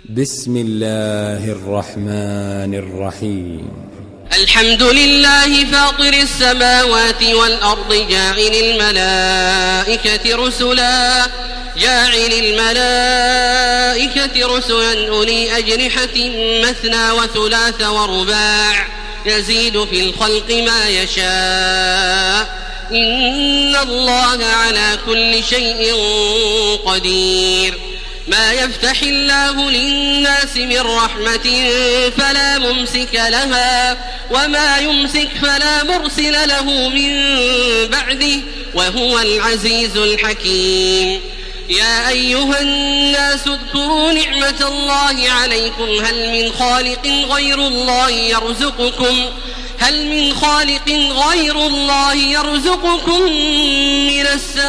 بسم الله الرحمن الرحيم. الحمد لله فاطر السماوات والأرض جاعل الملائكة رسلا أولي أجنحة مثنى وثلاث ورباع يزيد في الخلق ما يشاء إن الله على كل شيء قدير. ما يفتح الله للناس من رحمة فلا ممسك لها وما يمسك فلا مرسل له من بعده وهو العزيز الحكيم. يا أيها الناس اذكروا نعمة الله عليكم هل من خالق غير الله يرزقكم من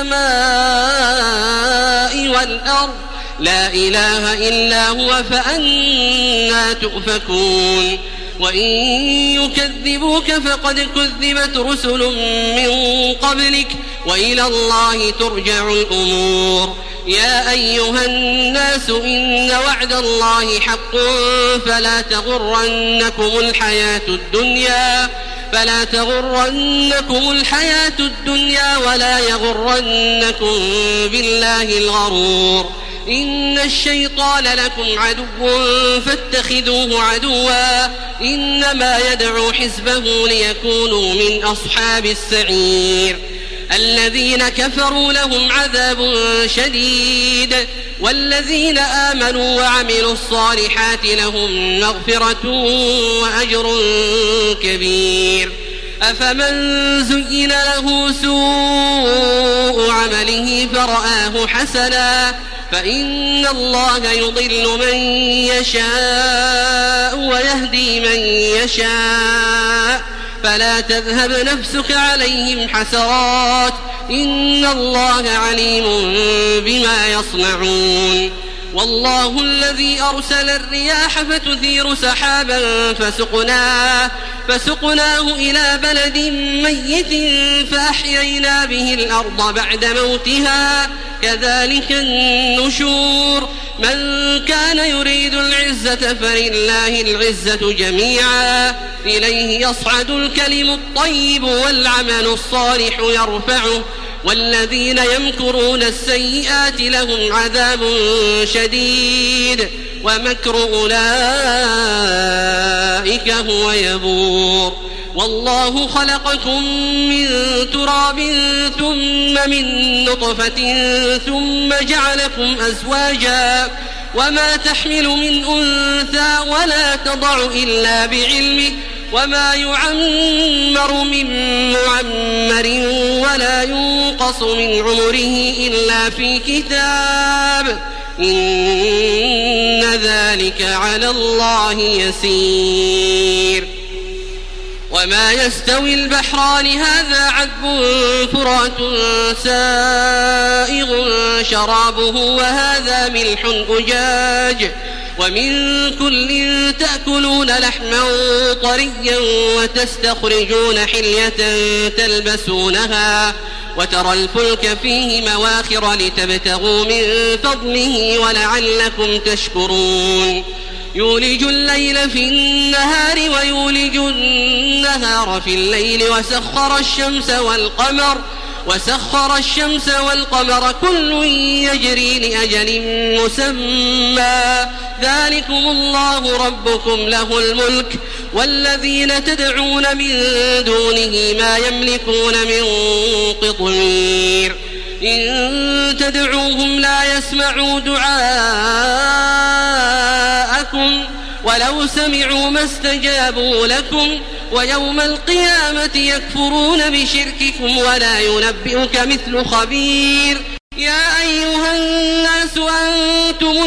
السماء والأرض لا إله إلا هو فأنى تؤفكون. وإن يكذبوك فقد كذبت رسل من قبلك وإلى الله ترجع الأمور. يا أيها الناس إن وعد الله حق فلا تغرنكم الحياة الدنيا ولا يغرنكم بالله الغرور. إن الشيطان لكم عدو فاتخذوه عدوا إنما يدعو حزبه ليكونوا من أصحاب السعير. الذين كفروا لهم عذاب شديد والذين آمنوا وعملوا الصالحات لهم مغفرة وأجر كبير. أفمن زين له سوء عمله فرآه حسنا فإن الله يضل من يشاء ويهدي من يشاء فلا تذهب نفسك عليهم حسرات إن الله عليم بما يصنعون. والله الذي أرسل الرياح فتثير سحابا فسقناه إلى بلد ميت فأحيينا به الأرض بعد موتها كذلك النشور. من كان يريد العزة فلله العزة جميعا إليه يصعد الكلم الطيب والعمل الصالح يرفعه والذين يمكرون السيئات لهم عذاب شديد ومكر أولئك هو يبور. والله خلقكم من تراب ثم من نطفة ثم جعلكم أزواجا وما تحمل من أنثى ولا تضع إلا بعلمه وما يعمر من معمر ولا ينقص من عمره إلا في كتاب إن ذلك على الله يسير. وما يستوي البحران هذا عذب فرات سائغ شرابه وهذا ملح أجاج ومن كل تأكلون لحما طريا وتستخرجون حلية تلبسونها وترى الفلك فيه مواخر لتبتغوا من فضله ولعلكم تشكرون. يولج الليل في النهار ويولج النهار في الليل وسخر الشمس والقمر كل يجري لأجل مسمى ذلكم الله ربكم له الملك والذين تدعون من دونه ما يملكون من قطمير. إن تدعوهم لا يسمعوا دعاءكم ولو سمعوا ما استجابوا لكم ويوم القيامة يكفرون بشرككم ولا ينبئك مثل خبير. يا أيها الناس أنتم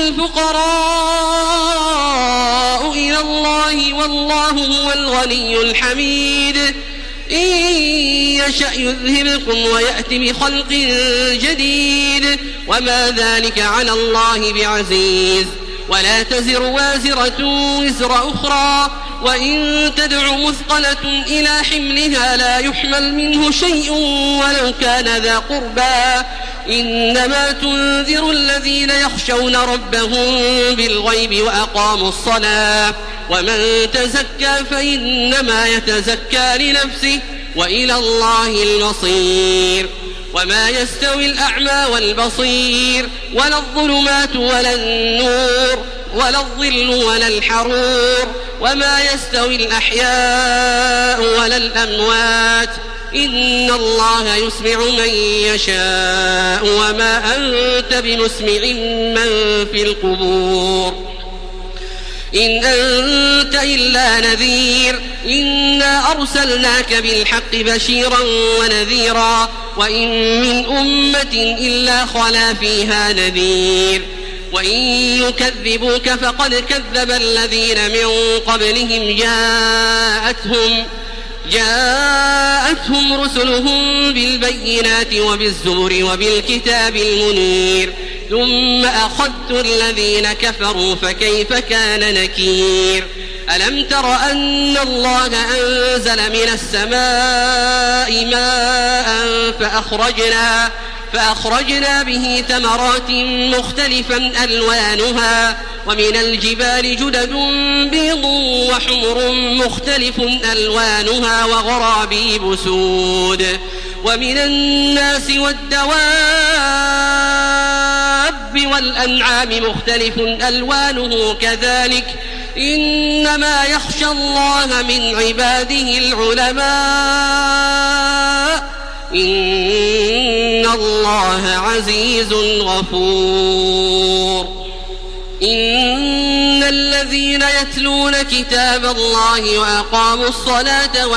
الفقراء إلى الله والله هو الغني الحميد. إن يشأ يذهبكم ويأتي بخلق جديد وما ذلك على الله بعزيز. ولا تزر وازرة وزر أخرى وإن تدع مثقلة إلى حملها لا يحمل منه شيء ولو كان ذا قربى إنما تنذر الذين يخشون ربهم بالغيب وأقاموا الصلاة ومن تزكى فإنما يتزكى لنفسه وإلى الله المصير وما يستوي الأعمى والبصير ولا الظلمات ولا النور ولا الظل ولا الحرور وما يستوي الأحياء ولا الأموات إن الله يسمع من يشاء وما أنت بمسمع من في القبور إن أنت إلا نذير إنا أرسلناك بالحق بشيرا ونذيرا وإن من أمة إلا خلا فيها نذير وإن يكذبوك فقد كذب الذين من قبلهم جاءتهم رسلهم بالبينات وبالزبر وبالكتاب المنير ثم أخذت الذين كفروا فكيف كان نكير ألم تر أن الله أنزل من السماء ماء فأخرجنا به ثمرات مختلفا ألوانها ومن الجبال جدد بيض وحمر مختلف ألوانها وغرابيب سود ومن الناس والدواب والأنعام مختلف ألوانه كذلك إنما يخشى الله من عباده العلماء إن الله عزيز غفور إن الذين يتلون كتاب الله وأقاموا الصلاة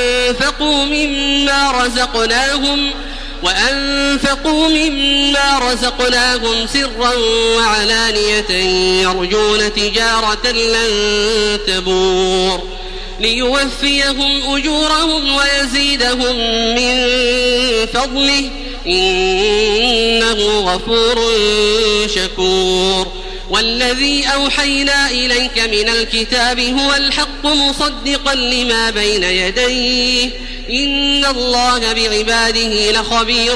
وأنفقوا مما رزقناهم سرا وعلانية يرجون تجارة لن تبور ليوفيهم أجورهم ويزيدهم من فضله إنه غفور شكور والذي أوحينا إليك من الكتاب هو الحق مصدقا لما بين يديه إن الله بعباده لخبير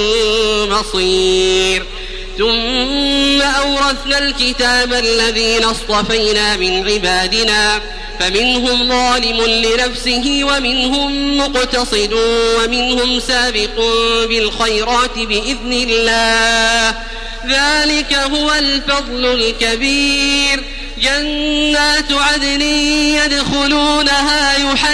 بصير ثم أورثنا الكتاب الذين اصطفينا من عبادنا فمنهم ظالم لنفسه ومنهم مقتصد ومنهم سابق بالخيرات بإذن الله ذلك هو الفضل الكبير جنات عدن يدخلونها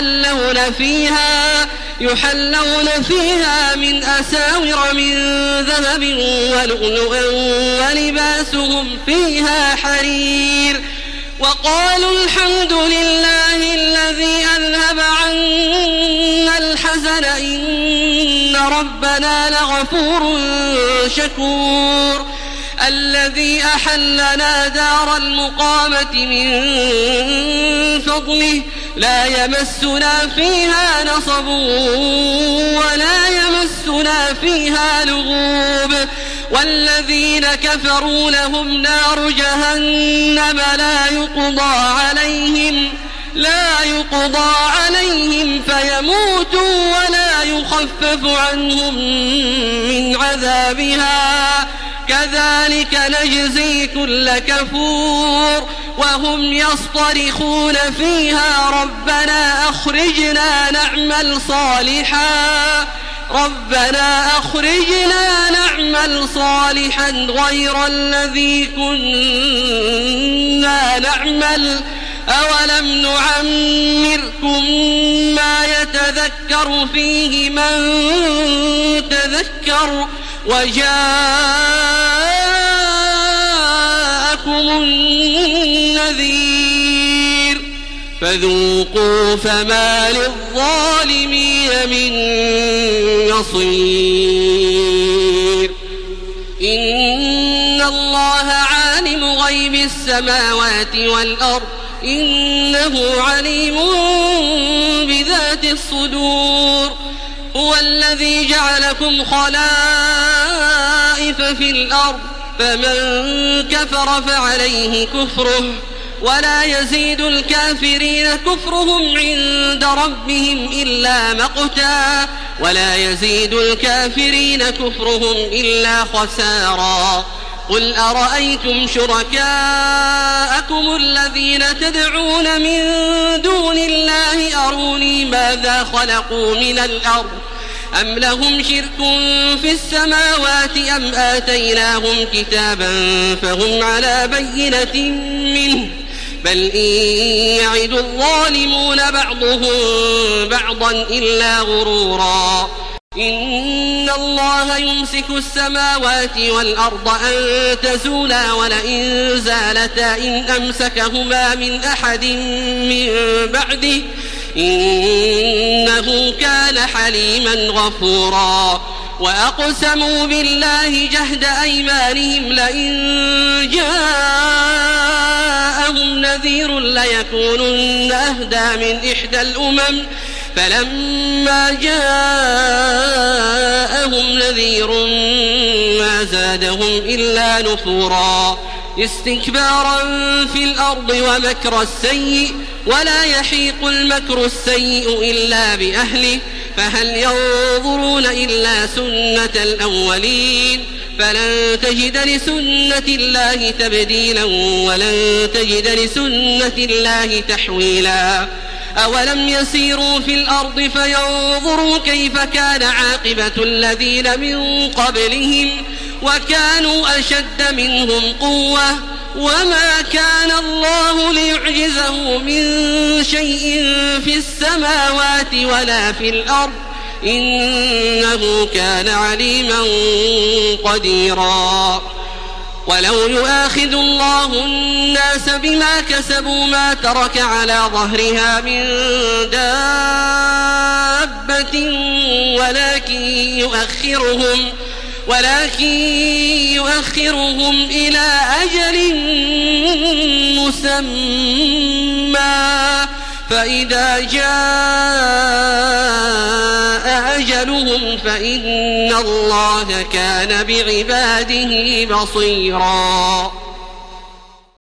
يحلون فيها من أساور من ذهب ولؤلؤا ولباسهم فيها حرير وقالوا الحمد لله الذي أذهب عنا الحزن إن ربنا لغفور شكور الذي أحلنا دار المقامة من فضله لا يمسنا فيها نصب ولا يمسنا فيها لغوب والذين كفروا لهم نار جهنم لا يقضى عليهم فيموتوا ولا يخفف عنهم من عذابها كذلك نجزي كل كفور وهم يصطرخون فيها ربنا أخرجنا نعمل صالحا غير الذي كنا نعمل أولم نعمركم ما يتذكر فيه من تذكر وجاءكم النذير فذوقوا فما للظالمين من نصير إن الله عالم غيب السماوات والأرض إنه عليم بذات الصدور هو الذي جعلكم خلائف في الأرض فمن كفر فعليه كفره ولا يزيد الكافرين كفرهم عند ربهم إلا مقتا ولا يزيد الكافرين كفرهم إلا خسارا قل أرأيتم شركاءكم الذين تدعون من دون الله أروني ماذا خلقوا من الأرض أم لهم شرك في السماوات أم آتيناهم كتابا فهم على بينة منه بل إن يعد الظالمون بعضهم بعضا إلا غرورا إن الله يمسك السماوات والأرض أن تزولا ولئن زالتا إن أمسكهما من أحد من بعده إنه كان حليما غفورا وأقسموا بالله جهد أيمانهم لئن جاءهم نذير ليكونن أهدى من إحدى الأمم فلما جاءهم نذير ما زادهم إلا نفورا استكبارا في الأرض ومكر السيء ولا يحيق المكر السيء إلا بأهله فهل ينظرون إلا سنة الأولين فلن تجد لسنة الله تبديلا ولن تجد لسنة الله تحويلا أولم يسيروا في الأرض فينظروا كيف كان عاقبة الذين من قبلهم وكانوا أشد منهم قوة وما كان الله ليعجزه من شيء في السماوات ولا في الأرض إنه كان عليما قديرا ولو يؤاخذ الله الناس بما كسبوا ما ترك على ظهرها من دابة ولكن يؤخرهم إلى أجل مسمى فإذا جاء أجلهم فإن الله كان بعباده بصيرا